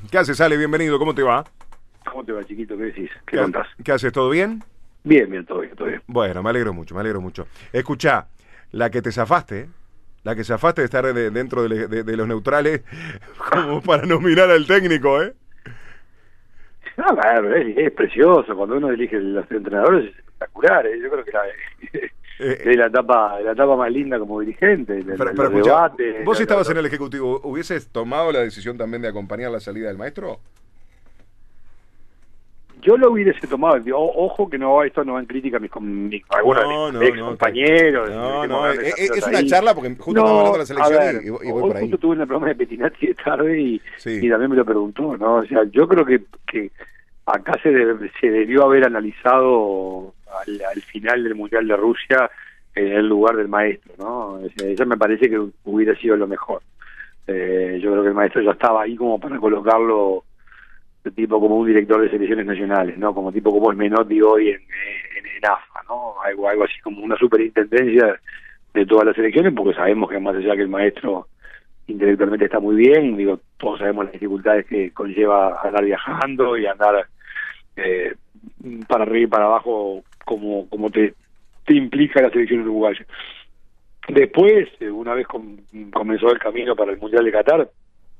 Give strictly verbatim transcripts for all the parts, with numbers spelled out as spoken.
¿Qué haces, Ale? Bienvenido, ¿cómo te va? ¿Cómo te va, chiquito? ¿Qué decís? ¿Qué, ¿Qué, contás? ¿Qué haces? ¿Todo bien? Bien, bien, todo bien, todo bien. Bueno, me alegro mucho, me alegro mucho. Escuchá, la que te zafaste, ¿eh? La que zafaste de estar de- dentro de, de- de los neutrales como para nominar al técnico, ¿eh? A ver, es, es precioso. Cuando uno elige los entrenadores es espectacular. ¿eh? Yo creo que la, Eh, es la etapa, la etapa más linda como dirigente, de- pero, de- pero los escuchá, debates. vos si lo- lo- estabas en lo- el Ejecutivo, ¿hubieses tomado la decisión también de acompañar la salida del maestro? Yo lo hubiese tomado. Digo, o- ojo que no, esto no va en crítica a mis, com- mis- algunos de No, mis no, ex no, está- compañeros. no, Tengo no, grandes es, es- amigos es una ahí. charla porque justo estamos hablando No, de la a selección ver, y, y voy y voy hoy por ahí. justo tuve una programa de Petinati de tarde y, Sí. y también me lo preguntó, ¿no? O sea, yo creo que, que acá se, debe- se debió haber analizado al, al final del Mundial de Rusia en el lugar del maestro, ¿no? O sea, eso me parece que hubiera sido lo mejor. Eh, yo creo que el maestro ya estaba ahí como para colocarlo tipo como un director de selecciones nacionales, ¿no? Como tipo como es Menotti hoy en, en, en AFA, ¿no? Algo, algo así como una superintendencia de todas las selecciones, porque sabemos que más allá que el maestro intelectualmente está muy bien, digo, todos sabemos las dificultades que conlleva andar viajando y andar eh, para arriba y para abajo como, como te, te implica la selección uruguaya. Después, eh, una vez com- comenzó el camino para el Mundial de Qatar,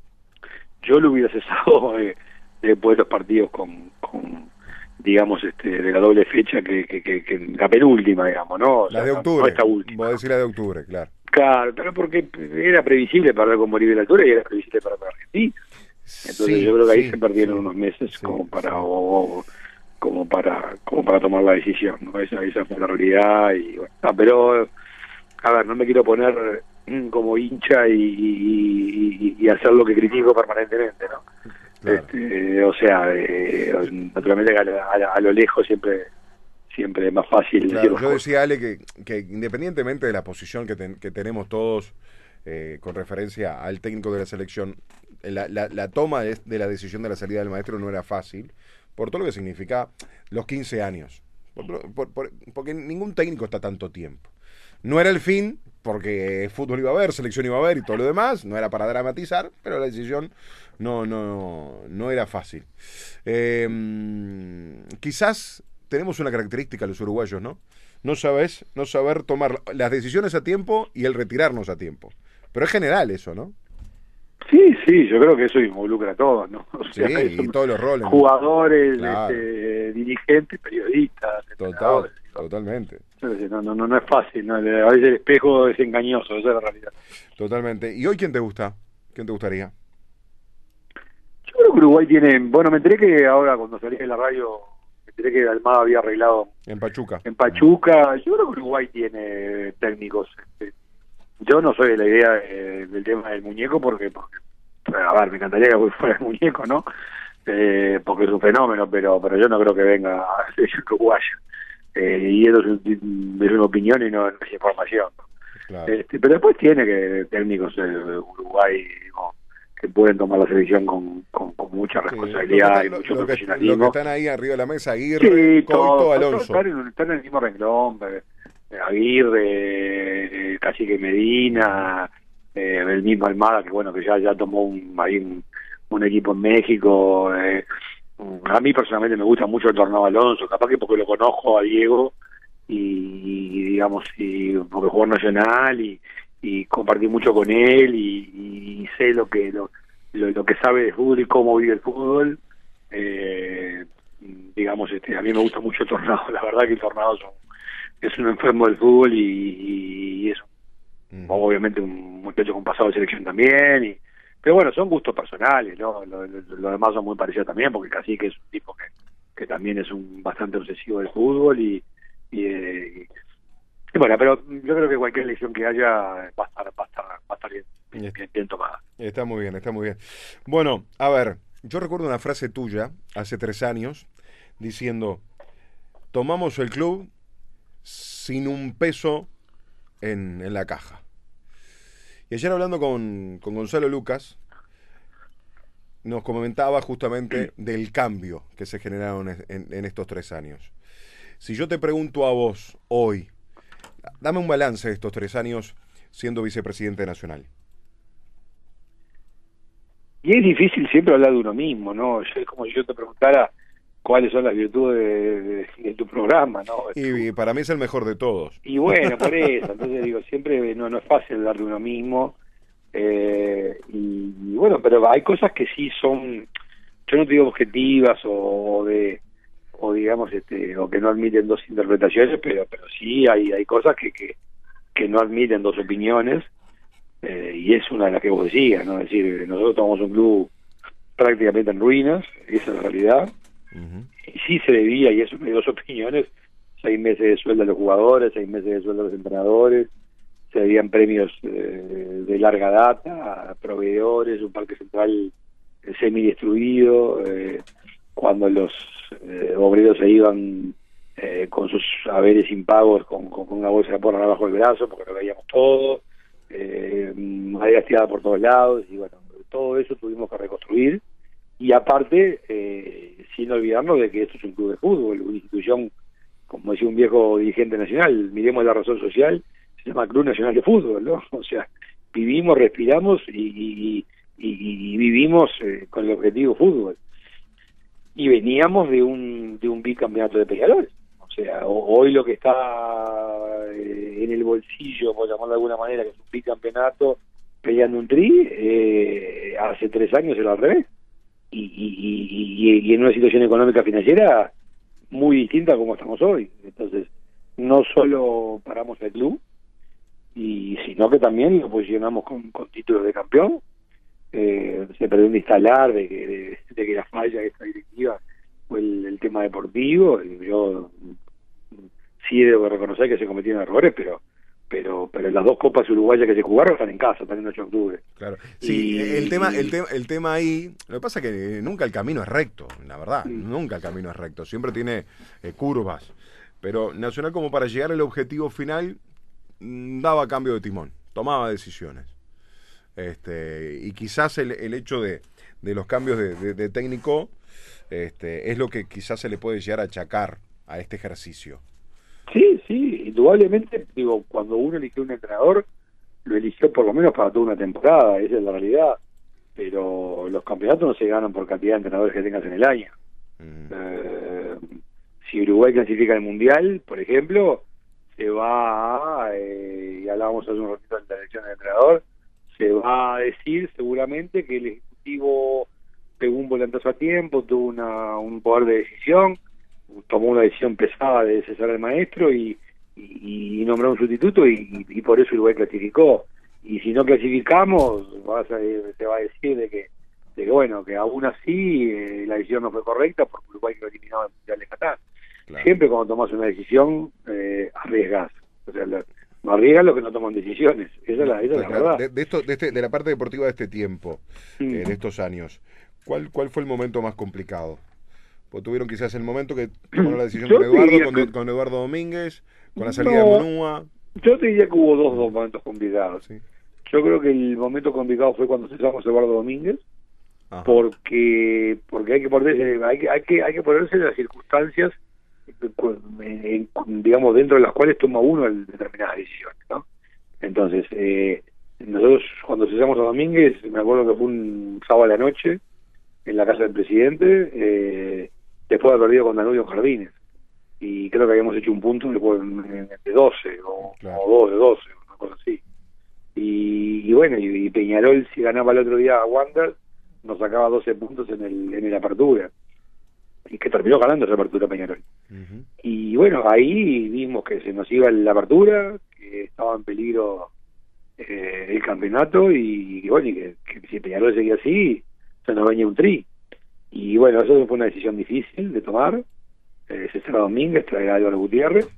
yo lo hubiera cesado eh, después de los partidos con, con digamos, este, de la doble fecha, que, que, que, que la penúltima, digamos, ¿no? O La sea, de no, octubre, no esta última. vos decís la de octubre, claro. Claro, pero porque era previsible perder con Bolivia y la altura y era previsible perder con Argentina. Entonces Sí, yo creo que ahí sí, se perdieron sí, unos meses sí, como para sí. o- o- como para como para tomar la decisión, ¿no? Esa, esa fue la realidad y bueno, ah, pero a ver, no me quiero poner mm, como hincha y, y, y hacer lo que critico permanentemente, ¿no? Claro. Este, o sea, eh, naturalmente a, a- a lo lejos siempre siempre es más fácil decir Claro, las yo cosas. decía, Ale, que, que independientemente de la posición que, ten- que tenemos todos eh, con referencia al técnico de la selección, la, la- la toma de, de la decisión de la salida del maestro no era fácil, por todo lo que significa los quince años. Por todo- por- por- porque ningún técnico está tanto tiempo. No era el fin, porque fútbol iba a haber, selección iba a haber y todo lo demás, no era para dramatizar, pero la decisión no, no, no era fácil. Eh, quizás tenemos una característica los uruguayos, ¿no? No sabes, no saber tomar las decisiones a tiempo y el retirarnos a tiempo. Pero es general eso, ¿no? Sí, sí, yo creo que eso involucra a todos, ¿no? O Sí, sea, y son todos los roles, ¿no? jugadores, Claro. este, dirigentes, periodistas, Total, entrenadores. Digo, totalmente, yo qué sé, no, no, no, no es fácil, ¿no? A veces el espejo es engañoso, esa es la realidad. totalmente. ¿Y hoy quién te gusta? ¿Quién te gustaría? Yo creo que Uruguay tiene, bueno, me enteré que ahora cuando salí de la radio, me enteré que Almada había arreglado En Pachuca. en Pachuca. Yo creo que Uruguay tiene técnicos. Este, yo no soy de la idea de- del tema del muñeco porque, porque, a ver, me encantaría que fuera el muñeco, ¿no? Eh, porque es un fenómeno, pero pero yo no creo que venga a la selección uruguaya. Eh, y eso es, un- es una opinión y no, no es información. Claro. Este, pero después tiene que técnicos eh, de Uruguay digo, que pueden tomar la selección con, con, con mucha Sí, responsabilidad lo que, y están, mucho lo, que, lo que profesionalismo. están ahí arriba de la mesa, Aguirre, Sí, Coito, todos, Alonso. están, en, están en el mismo renglón. eh, Aguirre, eh, Cacique Medina, eh, el mismo Almada, que bueno, que ya ya tomó un, ahí un, un equipo en México. Eh, a mí personalmente me gusta mucho el Tornado Alonso, capaz que porque lo conozco a Diego y, y, digamos, y porque jugó en Nacional y, y compartí mucho con él y, y sé lo que lo, lo, lo que sabe de fútbol y cómo vive el fútbol. Eh, digamos, este, a mí me gusta mucho el Tornado, la verdad que el Tornado es un, es un enfermo del fútbol y, y es Ujú. obviamente un muchacho con pasado de selección también, y, pero bueno, son gustos personales, ¿no? Lo, lo, lo demás son muy parecidos también, porque Cacique es un tipo que, que también es un bastante obsesivo del fútbol y, y, eh, y bueno, pero yo creo que cualquier elección que haya va a estar, va a estar, va a estar bien, bien, bien, bien tomada. Está muy bien, está muy bien. Bueno, a ver, yo recuerdo una frase tuya hace tres años diciendo, tomamos el club sin un peso en, en la caja. Y ayer hablando con, con Gonzalo Lucas, nos comentaba justamente del cambio que se generaron en, en, en estos tres años. Si yo te pregunto a vos hoy, dame un balance de estos tres años siendo vicepresidente nacional. Y es difícil siempre hablar de uno mismo, ¿no? Yo, es como si yo te preguntara cuáles son las virtudes de, de, de tu programa, ¿no? Y, y para mí es el mejor de todos. Y bueno, por eso, entonces digo, siempre no, no es fácil hablar de uno mismo. Eh, y, y bueno, pero hay cosas que sí son, yo no te digo objetivas o, o de o digamos este o que no admiten dos interpretaciones, pero pero sí hay hay cosas que que, que no admiten dos opiniones, eh, y es una de las que vos decías, ¿no? Es decir, nosotros somos un club prácticamente en ruinas, esa es la realidad. Uh-huh. Y sí se debía, y eso me dio dos opiniones, seis meses de sueldo a los jugadores, seis meses de sueldo a los entrenadores, se debían premios eh, de larga data a proveedores, un parque central semi-destruido, eh, cuando los eh, obreros se iban eh, con sus haberes impagos con, con, con una bolsa de porra abajo del brazo, porque lo veíamos todo, eh, madera tirada por todos lados, y bueno, todo eso tuvimos que reconstruir, y aparte, eh, sin olvidarnos de que esto es un club de fútbol, una institución, como decía un viejo dirigente nacional, miremos la razón social, se llama Club Nacional de Fútbol, ¿no? O sea, vivimos, respiramos y, y, y, y vivimos eh, con el objetivo fútbol. Y veníamos de un de un bicampeonato de Peñarol. O sea, o, hoy lo que está eh, en el bolsillo, por llamarlo de alguna manera, que es un bicampeonato peleando un tri, eh, hace tres años era al revés. Y, y, y, y en una situación económica financiera muy distinta a como estamos hoy. Entonces, no solo paramos el club, y sino que también lo posicionamos con, con títulos de campeón. Eh, se pretende instalar de que, de, de que la falla de esta directiva fue el, el tema deportivo, y yo sí debo reconocer que se cometieron errores, pero pero pero las dos copas uruguayas que se jugaron están en casa, están en ocho de octubre. Claro. Sí, y, el tema el tema el tema ahí, lo que pasa es que nunca el camino es recto, la verdad, sí. Nunca el camino es recto, siempre tiene eh, curvas, pero Nacional, como para llegar al objetivo final, daba cambio de timón, tomaba decisiones. Este, y quizás el, el hecho de, de los cambios de, de, de técnico este, es lo que quizás se le puede llegar a achacar a este ejercicio. Sí, sí, indudablemente, digo, cuando uno eligió un entrenador, lo eligió por lo menos para toda una temporada, esa es la realidad, pero los campeonatos no se ganan por cantidad de entrenadores que tengas en el año. Mm. Eh, si Uruguay clasifica el Mundial, por ejemplo, se va a, eh, y hablábamos hace un ratito de la elección del entrenador, se va a decir seguramente que el Ejecutivo pegó un volantazo a tiempo, tuvo una, un poder de decisión, tomó una decisión pesada de cesar al maestro y, y, y nombrar un sustituto, y, y por eso Uruguay clasificó. Y si no clasificamos, vas a, se va a decir de que, de que bueno, que aún así eh, la decisión no fue correcta porque Uruguay quedó eliminado del Mundial de Qatar. Claro. Siempre cuando tomas una decisión, eh, arriesgas. O sea, la, no arriesgan los que no toman decisiones. Esa es la, esa claro, es la verdad. De, de, esto, de, este, de la parte deportiva de este tiempo, mm. eh, de estos años, ¿cuál, ¿cuál fue el momento más complicado? Pues tuvieron quizás el momento que tomaron la decisión con Eduardo, con, que... con Eduardo Domínguez, con la salida no, de Monúa. Yo te diría que hubo dos, dos momentos complicados. Sí. Yo creo que el momento complicado fue cuando cesamos a Eduardo Domínguez, Ajá. porque porque hay que ponerse, hay que, hay que, hay que ponerse en las circunstancias, en, en, digamos, dentro de las cuales toma uno el, determinadas decisiones, ¿no? Entonces, eh, nosotros cuando cesamos a Domínguez, me acuerdo que fue un sábado a la noche, en la casa del presidente, eh, después de haber perdido con Danubio Jardines, y creo que habíamos hecho un punto después de doce o, claro. o dos de doce, una cosa así. Y, y bueno, y, y Peñarol, si ganaba el otro día a Wander, nos sacaba doce puntos en el en el apertura, y que terminó ganando esa apertura Peñarol. Uh-huh. Y bueno, ahí vimos que se nos iba la apertura, que estaba en peligro eh, el campeonato, y, y bueno, y que, que si Peñarol seguía así, se nos venía un tri. Y bueno, eso fue una decisión difícil de tomar, eh, César Domínguez, traer a Álvaro Gutiérrez.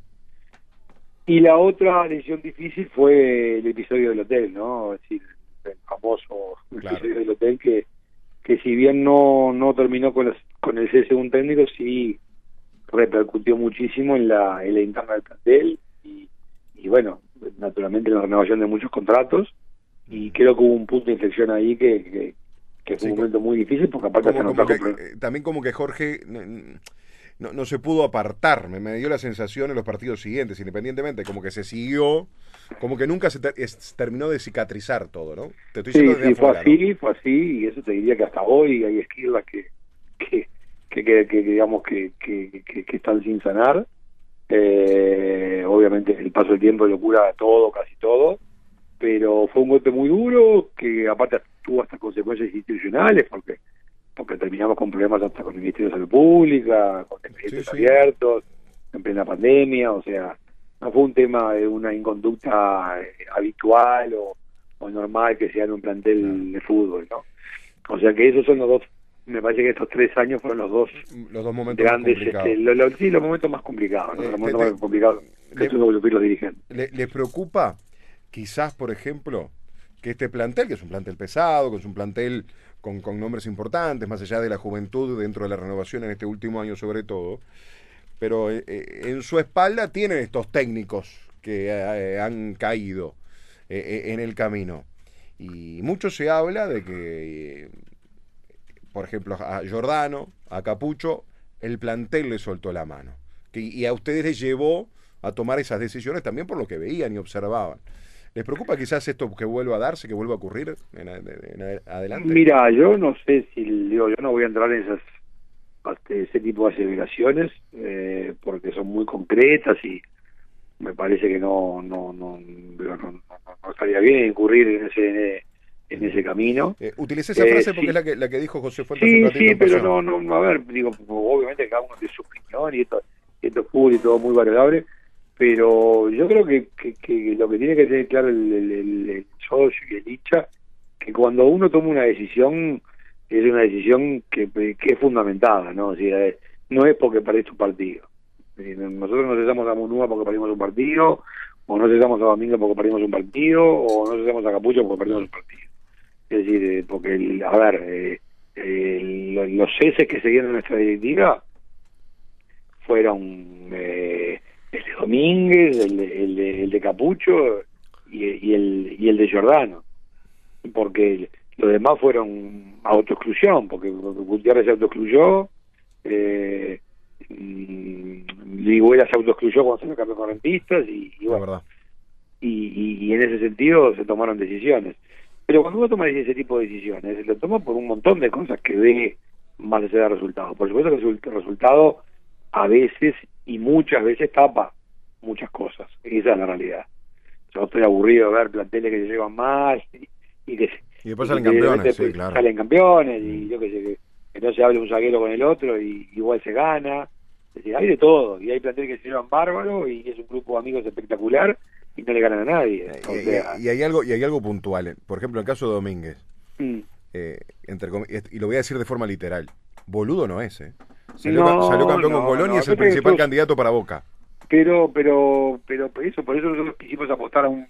Y la otra decisión difícil fue el episodio del hotel, ¿no? Es decir, el famoso claro. episodio del hotel que que si bien no no terminó con, las, con el cese de un técnico, sí repercutió muchísimo en la, en la interna del plantel, y, y bueno, naturalmente en la renovación de muchos contratos, y creo que hubo un punto de inflexión ahí que, que, que fue sí, un momento muy difícil, porque aparte como, se nos como trajo... Que, también como que Jorge... no, no se pudo apartar, me, me dio la sensación en los partidos siguientes, independientemente, como que se siguió, como que nunca se ter, es, terminó de cicatrizar todo, ¿no? Te estoy diciendo Sí, desde sí, fue afuera, así, ¿no? fue así, y eso te diría que hasta hoy hay esquirlas que, que, que, que, que digamos que, que, que, que están sin sanar. Eh, obviamente el paso del tiempo lo cura todo, casi todo, pero fue un golpe muy duro que aparte tuvo hasta consecuencias institucionales porque porque terminamos con problemas hasta con el Ministerio de Salud Pública, con expedientes Sí, sí. abiertos, en plena pandemia, o sea, no fue un tema de una inconducta eh, habitual o, o normal que sea en un plantel Claro. de fútbol, ¿no? O sea que esos son los dos, me parece que estos tres años fueron los dos Los dos momentos más grandes, complicados. este, lo, lo, sí, los momentos más complicados, ¿no? Eh, Los te- momentos te- más complicados que le- tuvo que sufrir los dirigentes. ¿Le, le preocupa quizás, por ejemplo, que este plantel, que es un plantel pesado, que es un plantel con, con nombres importantes, más allá de la juventud dentro de la renovación en este último año sobre todo, pero eh, eh, en su espalda tienen estos técnicos que eh, han caído eh, eh, en el camino? Y mucho se habla de que, eh, por ejemplo, a Giordano, a Capucho, el plantel le soltó la mano. Que, y a ustedes les llevó a tomar esas decisiones también por lo que veían y observaban. ¿Les preocupa quizás esto que vuelva a darse, que vuelva a ocurrir en, en, en adelante? Mira, yo no sé si, digo, yo no voy a entrar en esas ese tipo de aseveraciones eh, porque son muy concretas y me parece que no no no, no, no, no estaría bien incurrir en ese en ese camino. Eh, utilicé esa eh, frase porque sí, es la que la que dijo José Fuentes sí, un ratito sí, en pero Pasión. no, no, no, a ver, digo, obviamente cada uno tiene su opinión y esto, y esto es fútbol y todo muy variable, pero yo creo que, que, que lo que tiene que tener claro el, el, el, el socio y el hincha, que cuando uno toma una decisión, es una decisión que, que es fundamentada, ¿no? O sea, no es porque perdés tu partido. Nosotros no cesamos a Munúa porque perdimos un partido, o no cesamos a Domingo porque perdimos un partido, o no cesamos a Capucho porque perdimos un partido. Es decir, porque, el, a ver, eh, eh, los ceses que se dieron en nuestra directiva fueron eh, el de Domínguez, el de, el de, el de Capucho y, y, el, y el de Giordano. Porque los demás fueron autoexclusión, porque Gutiérrez se autoexcluyó, eh, Ligüera se autoexcluyó cuando se me cambió con rentistas y, y bueno, verdad. Y, y, y en ese sentido se tomaron decisiones. Pero cuando uno toma ese tipo de decisiones, lo toma por un montón de cosas que ve más allá del resultado. Por supuesto que el resultado a veces y muchas veces tapa muchas cosas. Esa es la realidad. Yo estoy aburrido de ver planteles que se llevan mal y, y que Y después y salen que campeones, pues, sí, claro. salen campeones y yo que sé, que, que no se hable un zaguero con el otro y igual se gana. Es decir, hay de todo, y hay planteles que se llevan bárbaro y es un grupo de amigos espectacular y no le ganan a nadie. O Y, sea, y, y hay algo y hay algo puntual. Por ejemplo, el caso de Domínguez. mm. Eh, entre com- y lo voy a decir de forma literal. Boludo no es, ¿eh? Salió, No, ca- salió campeón no, con Colón no, y es el creo que principal sos- candidato para Boca. pero pero pero por eso por eso nosotros quisimos apostar a un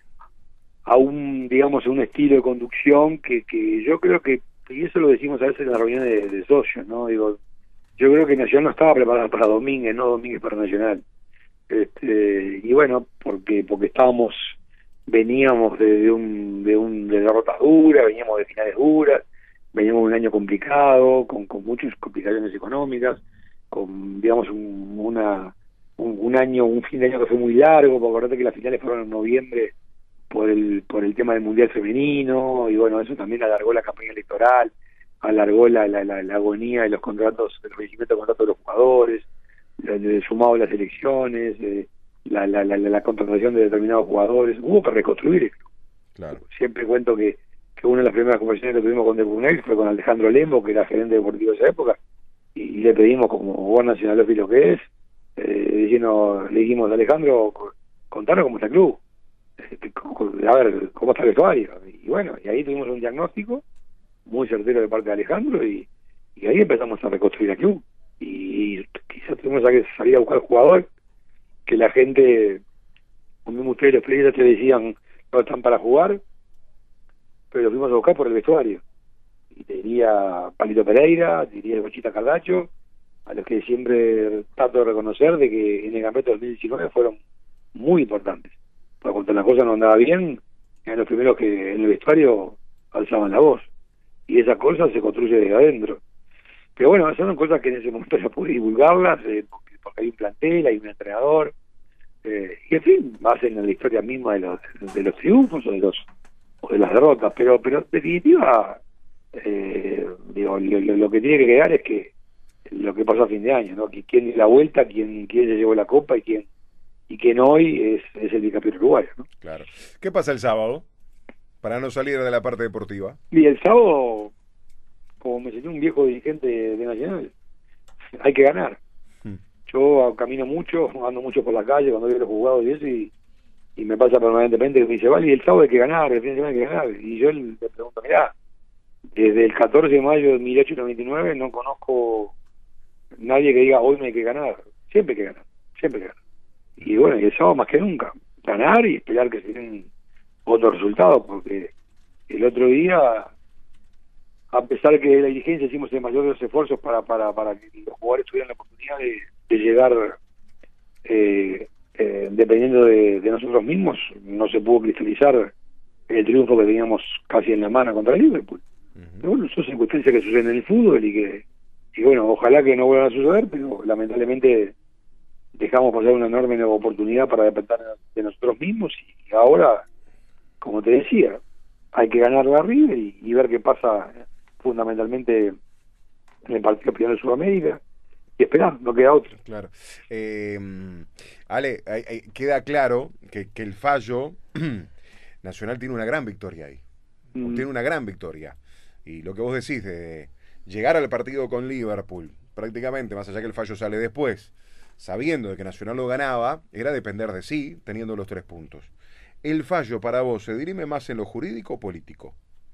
a un digamos a un estilo de conducción que que yo creo que, y eso lo decimos a veces en la reunión de, de socios, no digo, yo creo que Nacional no estaba preparada para Domínguez, no Domínguez para Nacional. Este, y bueno, porque porque estábamos veníamos de, de un de un de derrotas duras, veníamos de finales duras, veníamos de un año complicado, con, con muchas complicaciones económicas, con digamos un, una un, un año, un fin de año que fue muy largo, porque acordate que las finales fueron en noviembre por el por el tema del Mundial Femenino, y bueno, eso también alargó la campaña electoral, alargó la, la, la, la agonía de los contratos, el vencimiento de contratos de los jugadores, la, de, sumado a las elecciones, eh, la, la, la, la contratación de determinados jugadores, hubo que reconstruir el club. Claro. Siempre cuento que, que una de las primeras conversaciones que tuvimos con De Brunel fue con Alejandro Lembo, que era gerente deportivo de esa época, y, y le pedimos como gobernador nacional lo que es, eh, diciendo, le dijimos, Alejandro, contanos cómo está el club, a ver, cómo está el vestuario. Y bueno, y ahí tuvimos un diagnóstico muy certero de parte de Alejandro y, y ahí empezamos a reconstruir el club. Y, y quizás tuvimos que salir a buscar jugador que la gente, como mismo ustedes los periodistas te decían, no están para jugar, pero lo fuimos a buscar por el vestuario. Y te diría Palito Pereira, te diría Bochita Cardacho, a los que siempre trato de reconocer de que en el campeonato dos mil diecinueve fueron muy importantes. Porque cuando la cosa no andaba bien, eran los primeros que en el vestuario alzaban la voz. Y esa cosa se construye desde adentro. pero bueno, son cosas que en ese momento se puede divulgarlas, eh, porque, porque hay un plantel, hay un entrenador, eh, y en fin, hacen la historia misma de los, de los triunfos o de los o de las derrotas, pero pero en definitiva, eh, digo, lo, lo, lo que tiene que quedar es que lo que pasó a fin de año, ¿no? Que quién dio la vuelta, quién, quién se llevó la copa y quién y quién hoy es, es el bicampeón uruguayo, ¿no? Claro. ¿Qué pasa el sábado? Para no salir de la parte deportiva. Y el sábado, como me enseñó un viejo dirigente de, de Nacional, hay que ganar. Hmm. Yo camino mucho, ando mucho por la calle cuando veo los jugados y eso, y, y me pasa permanentemente que me dice, vale, y el sábado hay que ganar, el fin de semana hay que ganar. Y yo le pregunto, mirá, desde el catorce de mayo de mil ochocientos noventa y nueve no conozco nadie que diga, hoy no hay que ganar. Siempre hay que ganar, siempre hay que ganar. Y bueno, y el sábado más que nunca, ganar y esperar que se den otros resultados, porque el otro día, a pesar que la dirigencia hicimos el mayor de los esfuerzos para para para que los jugadores tuvieran la oportunidad de, de llegar, eh, eh, dependiendo de, de nosotros mismos, no se pudo cristalizar el triunfo que teníamos casi en la mano contra el Liverpool. Uh-huh. Pero bueno, son circunstancias que suceden en el fútbol y que, y bueno, ojalá que no vuelvan a suceder, pero lamentablemente dejamos pasar una enorme nueva oportunidad para depender de nosotros mismos, y ahora, como te decía, hay que ganarle a River y, y ver qué pasa fundamentalmente en el partido final de Sudamérica y esperar, no queda otro. Claro. Eh, Ale, hay, hay, queda claro que, que el fallo Nacional tiene una gran victoria ahí. Mm. Tiene una gran victoria. Y lo que vos decís de llegar al partido con Liverpool, prácticamente, más allá que el fallo sale después, sabiendo de que Nacional lo ganaba, era depender de sí, teniendo los tres puntos. ¿El fallo para vos se dirime más en lo jurídico o político?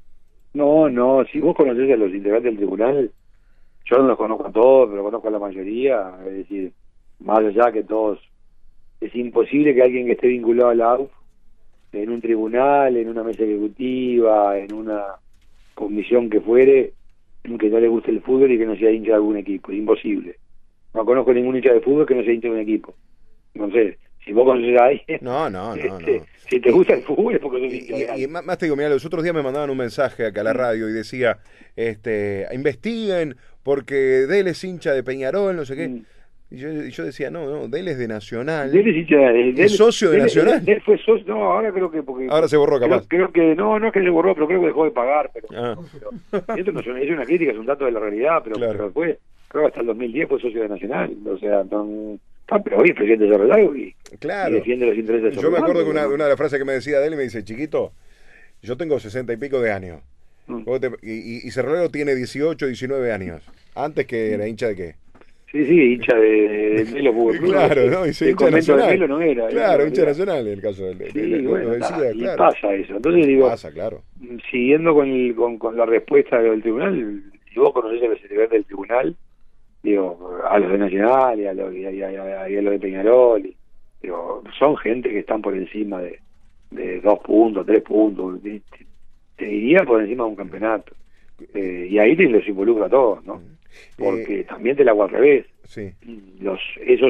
No, no, si vos conocés a los integrantes del tribunal, yo no los conozco a todos, pero conozco a la mayoría, es decir, más allá que todos, es imposible que alguien que esté vinculado a la A U F, en un tribunal, en una mesa ejecutiva, en una comisión que fuere, que no le guste el fútbol y que no sea hincha de algún equipo, es imposible. No conozco ningún hincha de fútbol que no sea hincha de un equipo. Entonces, si vos conoces a alguien, no, no, no, este, no. si te gusta el fútbol es porque sos y, hincha. Y, y más te digo, mira, los otros días me mandaban un mensaje acá a la radio y decía, este, investiguen porque Del es hincha de Peñarol, no sé qué. Mm. Y yo, yo decía, no, no, Del es de Nacional. Del es hincha de, Del, es socio de Del, Nacional. Del fue socio, no, ahora creo que porque ahora se borró capaz. Creo, creo que no, no es que se borró, pero creo que dejó de pagar, pero, ah. pero esto no es una crítica, es un dato de la realidad, pero, claro. pero después, creo que hasta el dos mil diez fue socio de Nacional, o sea, no, ah, pero hoy es presidente de Cerro Largo y, claro. y defiende los intereses de Cerro Yo me acuerdo Largo, que una, ¿no? una de las frases que me decía de él, me dice, chiquito, yo tengo sesenta y pico de años, mm. te, y, y Cerro Largo tiene dieciocho, diecinueve años, antes que era hincha de qué. Sí, sí, hincha de, de Melo Fútbol Club. Claro, ¿no? Y el hincha nacional. De Melo no era. Claro, era, hincha era. nacional en el caso del. Sí, del, bueno, del está, decía, y claro. pasa eso. Entonces digo, pasa, claro. Siguiendo con, el, con, con la respuesta del tribunal, si vos conocés a los integrantes del tribunal, digo, a los de Nacional y a los, y a, y a, y a, y a los de Peñarol, y, digo, son gente que están por encima de, de dos puntos, tres puntos, te, te diría por encima de un campeonato. Eh, y ahí te los involucra a todos, ¿no? Porque eh, también te la hago al revés. Sí. Los, esos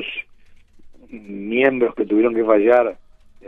miembros que tuvieron que fallar,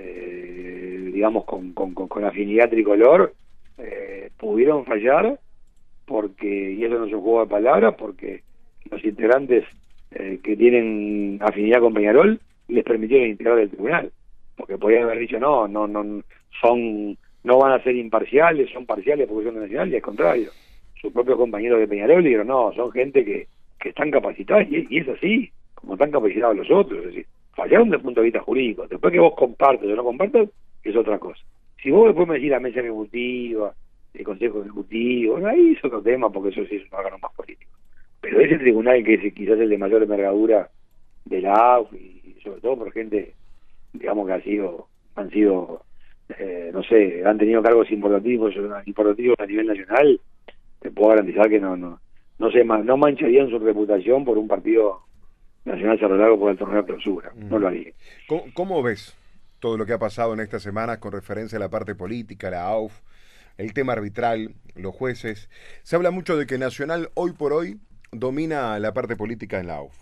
eh, digamos, con, con, con afinidad tricolor, eh, pudieron fallar porque, y eso no es un juego de palabras, porque los integrantes eh, que tienen afinidad con Peñarol les permitieron integrar el tribunal, porque podían haber dicho no, no, no, son, no van a ser imparciales, son parciales porque son de Nacional, y al contrario, sus propios compañeros de Peñarol dijeron no, son gente que, que están capacitados, y, y es así, como están capacitados los otros, es decir, fallaron desde el punto de vista jurídico, después que vos compartas o no compartas, es otra cosa. Si vos después me decís la mesa ejecutiva, el consejo ejecutivo, bueno, ahí es otro tema, porque eso sí es un órgano más político. Pero ese tribunal que es quizás el de mayor envergadura de la A U F, y sobre todo por gente, digamos que ha sido, han sido, eh, no sé, han tenido cargos importantivos, importantivos a nivel nacional, te puedo garantizar que no, no, no se no mancharían su reputación por un partido nacional Cerro Largo por el torneo de clausura, mm. no lo haría. ¿Cómo, ¿Cómo ves todo lo que ha pasado en esta semana con referencia a la parte política, la A U F, el tema arbitral, los jueces? Se habla mucho de que Nacional hoy por hoy domina la parte política en la A U F.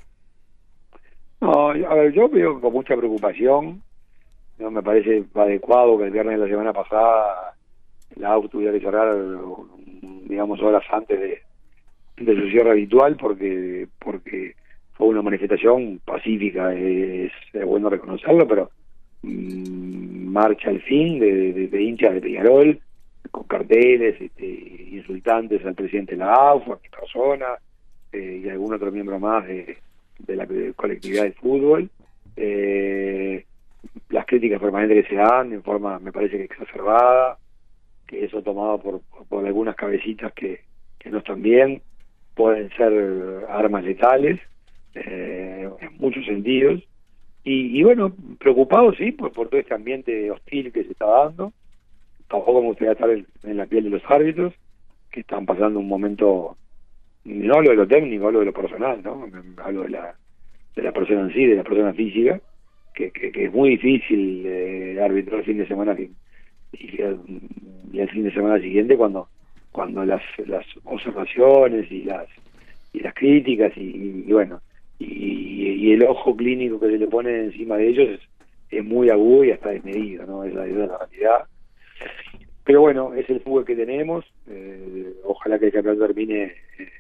No, a ver, yo veo con mucha preocupación, no me parece adecuado que el viernes de la semana pasada la A U F tuviera que cerrar, digamos, horas antes de, de su cierre habitual, porque porque fue una manifestación pacífica, es, es bueno reconocerlo, pero mmm, marcha al fin de, de, de hinchas de Peñarol, con carteles este, insultantes al presidente de la A U F, a mi persona, eh, y algún otro miembro más de, de la de colectividad del fútbol. Eh, las críticas permanentes que se dan en forma, me parece que exacerbada, que eso tomado por, por, por algunas cabecitas que, que no están bien, pueden ser armas letales, eh, en muchos sentidos, y, y bueno, preocupado sí por, por todo este ambiente hostil que se está dando. Tampoco me gustaría estar en, en la piel de los árbitros, que están pasando un momento, no hablo de lo técnico, hablo de lo personal, ¿no? Hablo de la, de la persona en sí, de la persona física, que, que, que es muy difícil eh, arbitrar el fin de semana que, y, y el fin de semana siguiente cuando cuando las, las observaciones y las y las críticas y, y, y bueno y, y el ojo clínico que se le pone encima de ellos es, es muy agudo y hasta desmedido, ¿no? Esa, esa es la realidad. Pero bueno, es el fútbol que tenemos, eh, ojalá que el campeonato termine eh,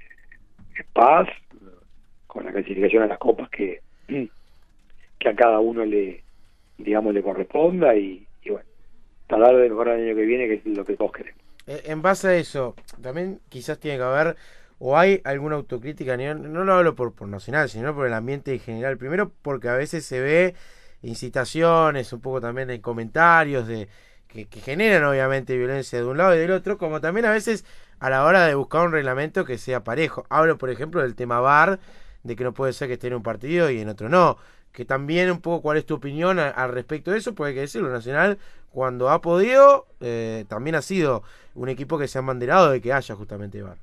en paz, con la clasificación a las copas que, que a cada uno le, digamos, le corresponda y, y bueno, tratar de mejorar el año que viene, que es lo que todos queremos. En base a eso, también quizás tiene que haber, o hay alguna autocrítica, no lo hablo por, por Nacional, sino por el ambiente en general. Primero porque a veces se ve incitaciones, un poco también en comentarios de que, que generan obviamente violencia de un lado y del otro, como también a veces a la hora de buscar un reglamento que sea parejo. Hablo, por ejemplo, del tema V A R, de que no puede ser que esté en un partido y en otro no. Que también un poco cuál es tu opinión a, al respecto de eso, porque hay que decirlo, Nacional cuando ha podido, eh, también ha sido un equipo que se ha abanderado de que haya justamente V A R.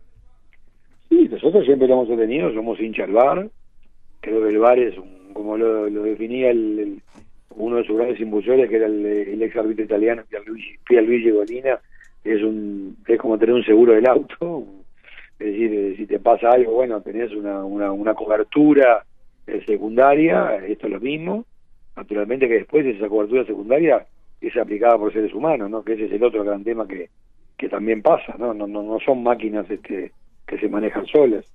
Sí, nosotros siempre lo hemos sostenido, somos hinchas del V A R, creo que el V A R es, un, como lo, lo definía el, el, uno de sus grandes impulsores, que era el, el ex árbitro italiano Pierluigi, Pierluigi Golina, es un es como tener un seguro del auto, es decir, si te pasa algo, bueno, tenés una, una, una cobertura secundaria, esto es lo mismo, naturalmente que después esa cobertura secundaria es aplicada por seres humanos, ¿no? Que ese es el otro gran tema que, que también pasa, ¿no? No, no, no son máquinas este, que se manejan solas.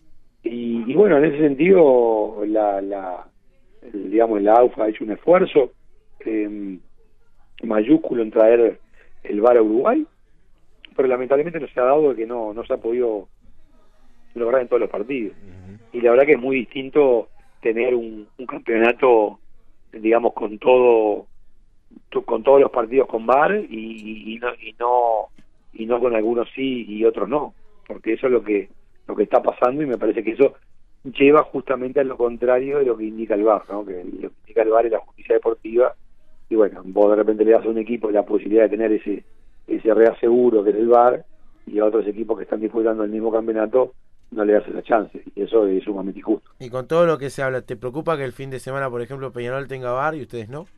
Y, y bueno, en ese sentido, la, la el, digamos, la A U F ha hecho un esfuerzo eh, mayúsculo en traer el V A R a Uruguay, pero lamentablemente no se ha dado que no, no se ha podido lograr en todos los partidos. Uh-huh. Y la verdad que es muy distinto tener un, un campeonato, digamos, con todo con todos los partidos con V A R y, y, y no y no y no con algunos sí y otros no, porque eso es lo que lo que está pasando y me parece que eso lleva justamente a lo contrario de lo que indica el V A R, ¿no? Que lo que indica el V A R es la justicia deportiva y bueno, vos de repente le das a un equipo la posibilidad de tener ese ese reaseguro que es el V A R y a otros equipos que están disputando el mismo campeonato no le das esa chance y eso es sumamente injusto. Y con todo lo que se habla, ¿te preocupa que el fin de semana, por ejemplo, Peñarol tenga V A R y ustedes no?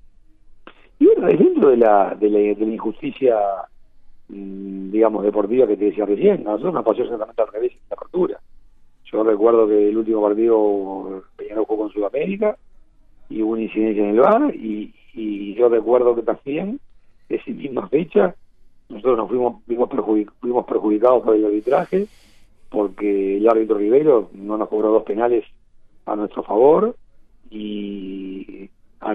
Y bueno, es dentro de la, de la, de la injusticia, mmm, digamos, deportiva que te decía recién. A nosotros nos pasó exactamente al revés en la apertura. Yo recuerdo que el último partido Peñarol jugó con Sudamérica y hubo una incidencia en el V A R y, y yo recuerdo que también esa misma fecha nosotros nos fuimos, fuimos, perjudic, fuimos perjudicados por el arbitraje porque el árbitro Rivero no nos cobró dos penales a nuestro favor y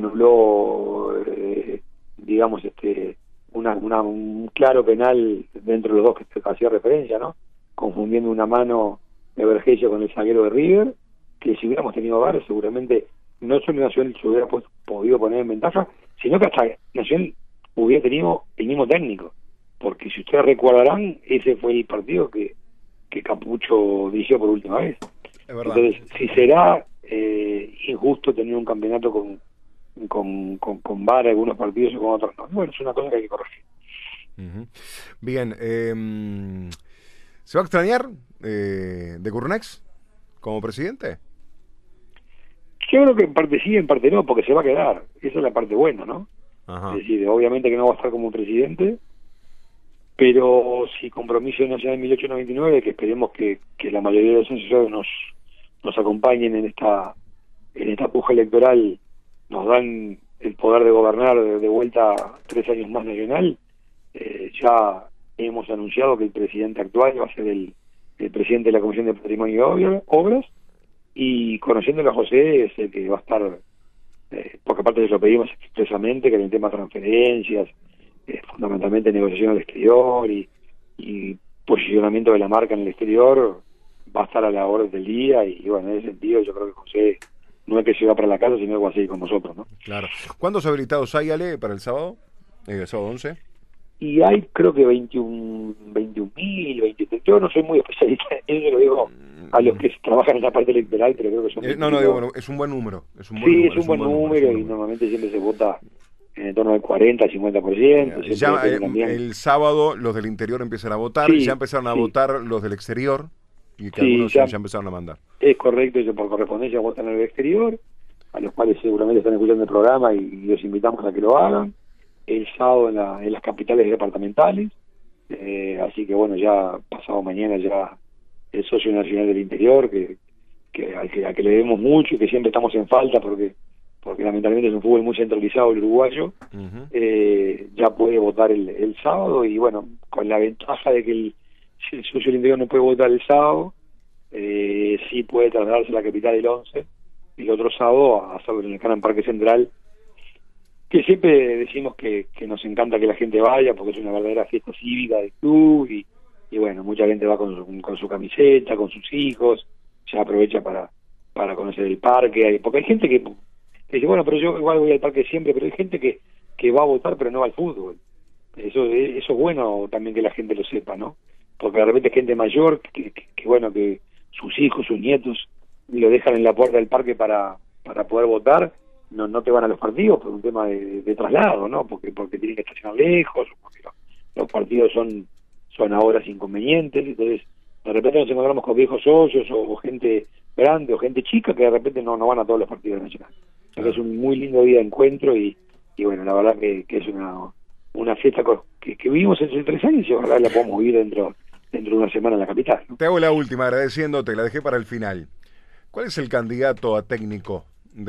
anuló eh, digamos este una, una un claro penal dentro de los dos que te hacía referencia, ¿no? Confundiendo una mano de Vergesio con el zaguero de River, que si hubiéramos tenido V A R seguramente no solo Nacional se hubiera pues, podido poner en ventaja, sino que hasta Nacional hubiera tenido el mismo técnico, porque si ustedes recordarán, ese fue el partido que, que Capucho dirigió por última vez. Entonces, si será eh, injusto tener un campeonato con con, con, con V A R algunos partidos y con otros no. Bueno, es una cosa que hay que corregir. Uh-huh. Bien, eh, ¿se va a extrañar eh, de Curnex como presidente? Yo creo que en parte sí, en parte no, porque se va a quedar. Esa es la parte buena, ¿no? Ajá. Es decir, obviamente que no va a estar como presidente, pero si Compromiso Nacional mil ochocientos noventa y nueve, que esperemos que, que la mayoría de los asesores nos, nos acompañen en esta en esta puja electoral, nos dan el poder de gobernar de, de vuelta tres años más Nacional, eh, ya hemos anunciado que el presidente actual va a ser el, el presidente de la Comisión de Patrimonio y Obras, y conociéndolo a José es el que va a estar, eh, porque aparte se lo pedimos expresamente, que en el tema de transferencias, eh, fundamentalmente negociación al exterior y, y posicionamiento de la marca en el exterior, va a estar a la orden del día, y, y bueno, en ese sentido yo creo que José no es que se va para la casa, sino que va a seguir con nosotros, ¿no? Claro. ¿Cuántos habilitados hay, Ale, para el sábado? Eh, ¿El sábado once? Y hay creo que veintiún mil, veintitrés, yo no soy muy especialista, eso lo digo a los que trabajan en la parte electoral, pero creo que son... Eh, no, no, digo, bueno, es un buen número. Es un buen sí, número, es un buen número, número, y número. Normalmente siempre se vota en torno al cuarenta al cincuenta por ciento. Ya, eh, el sábado los del interior empiezan a votar, sí, ya empezaron a sí. votar los del exterior, y que sí, algunos ya, ya empezaron a mandar. Es correcto, ellos por correspondencia votan en el exterior, a los cuales seguramente están escuchando el programa y, y los invitamos a que lo hagan. El sábado en, la, en las capitales departamentales, eh, así que bueno, ya pasado mañana ya el socio nacional del interior, que, que, al que a que le debemos mucho y que siempre estamos en falta porque porque lamentablemente es un fútbol muy centralizado el uruguayo, uh-huh. eh, ya puede votar el, el sábado, y bueno, con la ventaja de que el, si el socio del interior no puede votar el sábado, eh, sí puede trasladarse a la capital el once, y el otro sábado a hacerlo en el Canal Parque Central, que siempre decimos que, que nos encanta que la gente vaya porque es una verdadera fiesta cívica del club, y, y bueno, mucha gente va con su, con su camiseta, con sus hijos, se aprovecha para para conocer el parque, porque hay gente que, que dice, bueno, pero yo igual voy al parque siempre, pero hay gente que, que va a votar pero no va al fútbol. Eso, eso es bueno también que la gente lo sepa, ¿no? Porque de repente gente mayor, que, que, que bueno, que sus hijos, sus nietos lo dejan en la puerta del parque para, para poder votar, no no te van a los partidos por un tema de, de traslado, ¿no? Porque porque tienen que estacionar lejos, porque los, los partidos son son a horas inconvenientes, entonces de repente nos encontramos con viejos socios o, o gente grande o gente chica que de repente no, no van a todos los partidos nacionales. Claro. Es un muy lindo día de encuentro y, y bueno, la verdad que, que es una una fiesta que, que vivimos hace tres años y ojalá la podamos vivir dentro dentro de una semana en la capital, ¿no? Te hago la última, agradeciéndote, la dejé para el final. ¿Cuál es el candidato a técnico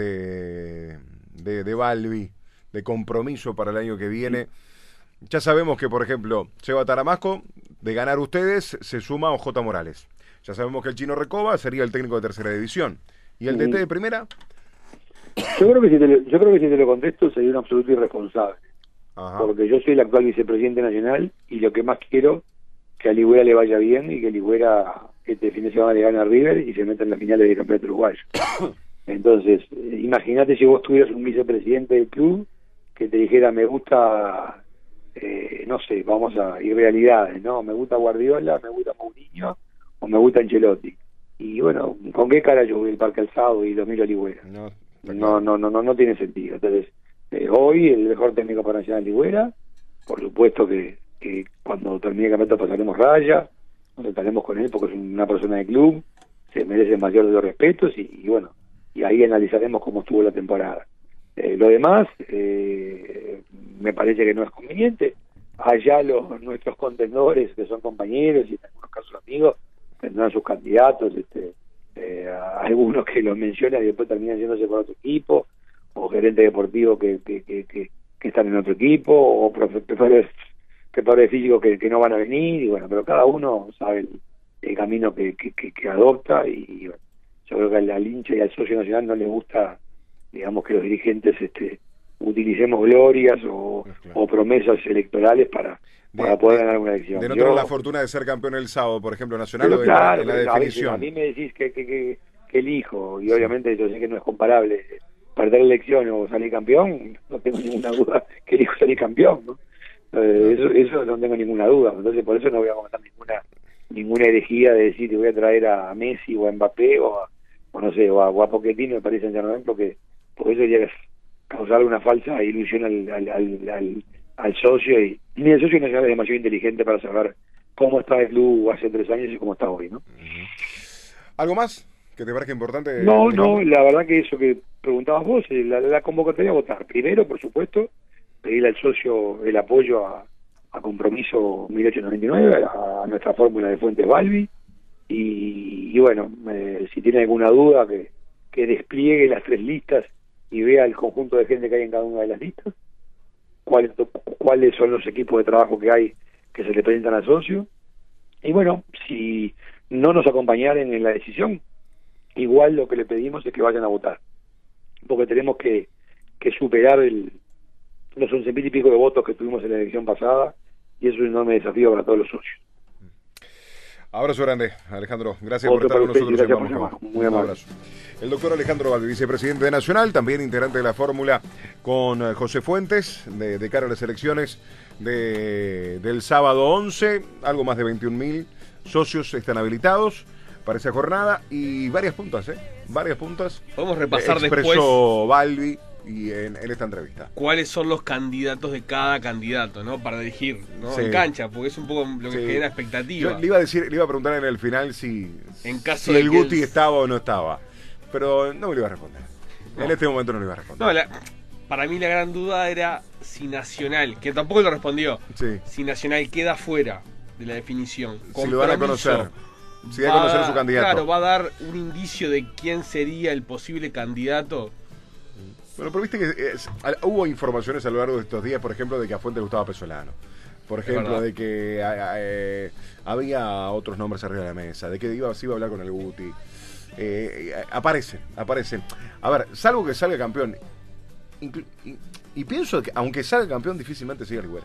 de, de, de Balbi, de Compromiso para el año que viene? Ya sabemos que, por ejemplo, Seba Taramasco, de ganar ustedes, se suma a O J Morales. Ya sabemos que el Chino Recoba sería el técnico de tercera división. ¿Y el D T de primera? Yo creo que si te lo, yo creo que si te lo contesto sería un absoluto irresponsable. Ajá. Porque yo soy el actual vicepresidente nacional y lo que más quiero que a Ligüera le vaya bien y que Ligüera este fin de semana le gane a River y se meta en las finales del campeonato uruguayo. Entonces, imagínate si vos tuvieras un vicepresidente del club que te dijera, me gusta, eh, no sé, vamos a irrealidades, ¿no? Me gusta Guardiola, me gusta Mourinho o me gusta Ancelotti. Y bueno, ¿con qué cara yo voy al Parque Alzado y lo miro a Ligüera? No, no, no, no, no, no tiene sentido. Entonces, eh, hoy el mejor técnico para Nacional Ligüera, por supuesto que, que cuando termine el campeonato pasaremos raya, nos sentaremos con él porque es una persona de club, se merece el mayor de los respetos y, y bueno, y ahí analizaremos cómo estuvo la temporada. Eh, lo demás, eh, me parece que no es conveniente. Allá los nuestros contendores, que son compañeros y en algunos casos amigos, tendrán sus candidatos, este, eh, algunos que los mencionan y después terminan yéndose por otro equipo, o gerentes deportivos que, que, que, que, que están en otro equipo, o profesores, preparadores físicos que, que no van a venir, y bueno, pero cada uno sabe el, el camino que, que, que, que adopta, y, y bueno, yo creo que al, al hincha y al socio nacional no le gusta, digamos, que los dirigentes este, utilicemos glorias o, claro. o promesas electorales para, de, para poder de, ganar una elección. De no tener la fortuna de ser campeón el sábado, por ejemplo, nacional, o claro, en la, en la definición. A, veces, a mí me decís que, que, que, que elijo, y sí. obviamente yo sé que no es comparable perder elección o salir campeón, no tengo ninguna duda que elijo salir campeón, ¿no? Eh, eso, eso no tengo ninguna duda, entonces por eso no voy a comentar ninguna ninguna herejía de decir te voy a traer a Messi o a Mbappé o a, o no sé, o a, o a Pochettino, me parece en Germain, porque, porque eso ya es causar una falsa ilusión al, al, al, al, al socio, y ni el socio nacional es demasiado inteligente para saber cómo está el club hace tres años y cómo está hoy, ¿no? ¿Algo más que te parezca importante? No, no, la verdad que eso que preguntabas vos, la, la convocatoria a votar. Primero, por supuesto, pedirle al socio el apoyo a, a Compromiso mil ochocientos noventa y nueve, a, a nuestra fórmula de Fuentes Balbi, y, y bueno, eh, si tiene alguna duda, que, que despliegue las tres listas y vea el conjunto de gente que hay en cada una de las listas, cuáles, cuáles son los equipos de trabajo que hay que se le presentan al socio, y bueno, si no nos acompañaren en la decisión, igual lo que le pedimos es que vayan a votar, porque tenemos que, que superar el, los once mil y pico de votos que tuvimos en la elección pasada, y eso es un enorme desafío para todos los socios. Abrazo grande, Alejandro. Gracias Otro por estar con usted, nosotros. gracias por Muy amable. El doctor Alejandro Balbi, vicepresidente de Nacional, también integrante de la fórmula con eh, José Fuentes, de, de cara a las elecciones de, del sábado once. Algo más de veintiún mil socios están habilitados para esa jornada y varias puntas, ¿eh? Varias puntas. Podemos repasar eh, expresó después Balbi y en, en esta entrevista. ¿Cuáles son los candidatos de cada candidato, ¿no? Para elegir, ¿no? Sí. En cancha, porque es un poco lo que Sí. genera expectativa. Yo le iba a decir, le iba a preguntar en el final si, En caso si de el que Guti el- estaba o no estaba. Pero no me lo iba a responder. No. En este momento no le iba a responder. No, la- para mí la gran duda era si Nacional, que tampoco lo respondió, Sí. si Nacional queda fuera de la definición. Si lo van a Compromiso, conocer. Si da a va conocer a su candidato. Claro, va a dar un indicio de quién sería el posible candidato. Bueno, pero viste que es- al- hubo informaciones a lo largo de estos días, por ejemplo, de que a Fuente le gustaba Pesolano. Por ejemplo, verdad. de que a- a- eh, había otros nombres arriba de la mesa, de que iba, se iba a hablar con el Guti. Eh, eh, aparecen, aparecen. A ver, salvo que salga campeón. inclu- y, y pienso que aunque salga campeón, difícilmente siga Rivera.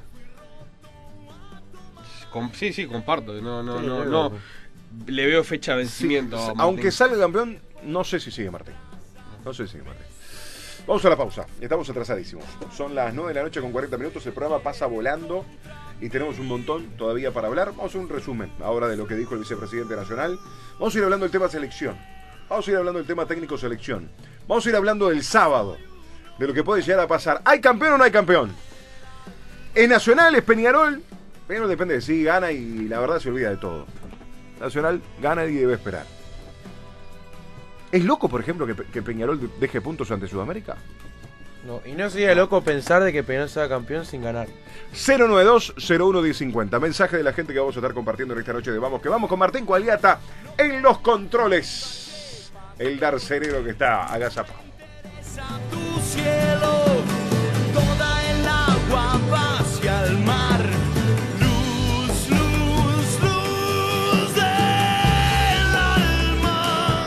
Com- sí, sí, comparto. No, no, Sí, no, yo- no. Le veo fecha de vencimiento. Sí, a Martín. aunque salga campeón, no sé si sigue Martín. No sé si sigue Martín. Vamos a la pausa. Estamos atrasadísimos. Son las nueve de la noche con cuarenta minutos. El programa pasa volando y tenemos un montón todavía para hablar. Vamos a hacer un resumen ahora de lo que dijo el vicepresidente nacional. Vamos a ir hablando del tema selección. Vamos a ir hablando del tema técnico selección. Vamos a ir hablando del sábado, de lo que puede llegar a pasar. ¿Hay campeón o no hay campeón? En Nacional, es Peñarol. Peñarol depende de sí, gana y la verdad se olvida de todo. Nacional gana y debe esperar. ¿Es loco, por ejemplo, que, Pe- que Peñarol deje puntos ante Sudamérica? No, y no sería loco pensar de que Peñarol sea campeón sin ganar. cero nueve dos cero uno diez cincuenta. Mensaje de la gente que vamos a estar compartiendo en esta noche de Vamos, que vamos con Martín Coaliata en los controles. El darcenero que está agazapado. A tu cielo, toda el agua va hacia el mar. Luz, luz, luz del alma.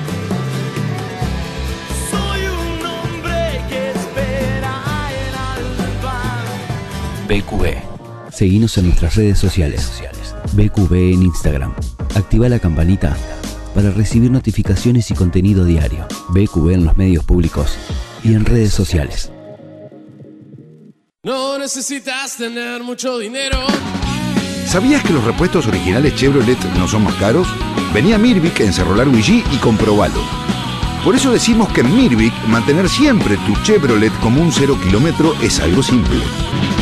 Soy un hombre que espera el alba. B Q B. Seguinos en nuestras redes sociales. B Q B en Instagram. Activa la campanita para recibir notificaciones y contenido diario. B Q B en los medios públicos y en redes sociales. No necesitas tener mucho dinero. ¿Sabías que los repuestos originales Chevrolet no son más caros? Vení a Mirvic en Cerro Largo y G y comprobalo. Por eso decimos que en Mirvic mantener siempre tu Chevrolet como un cero kilómetro es algo simple.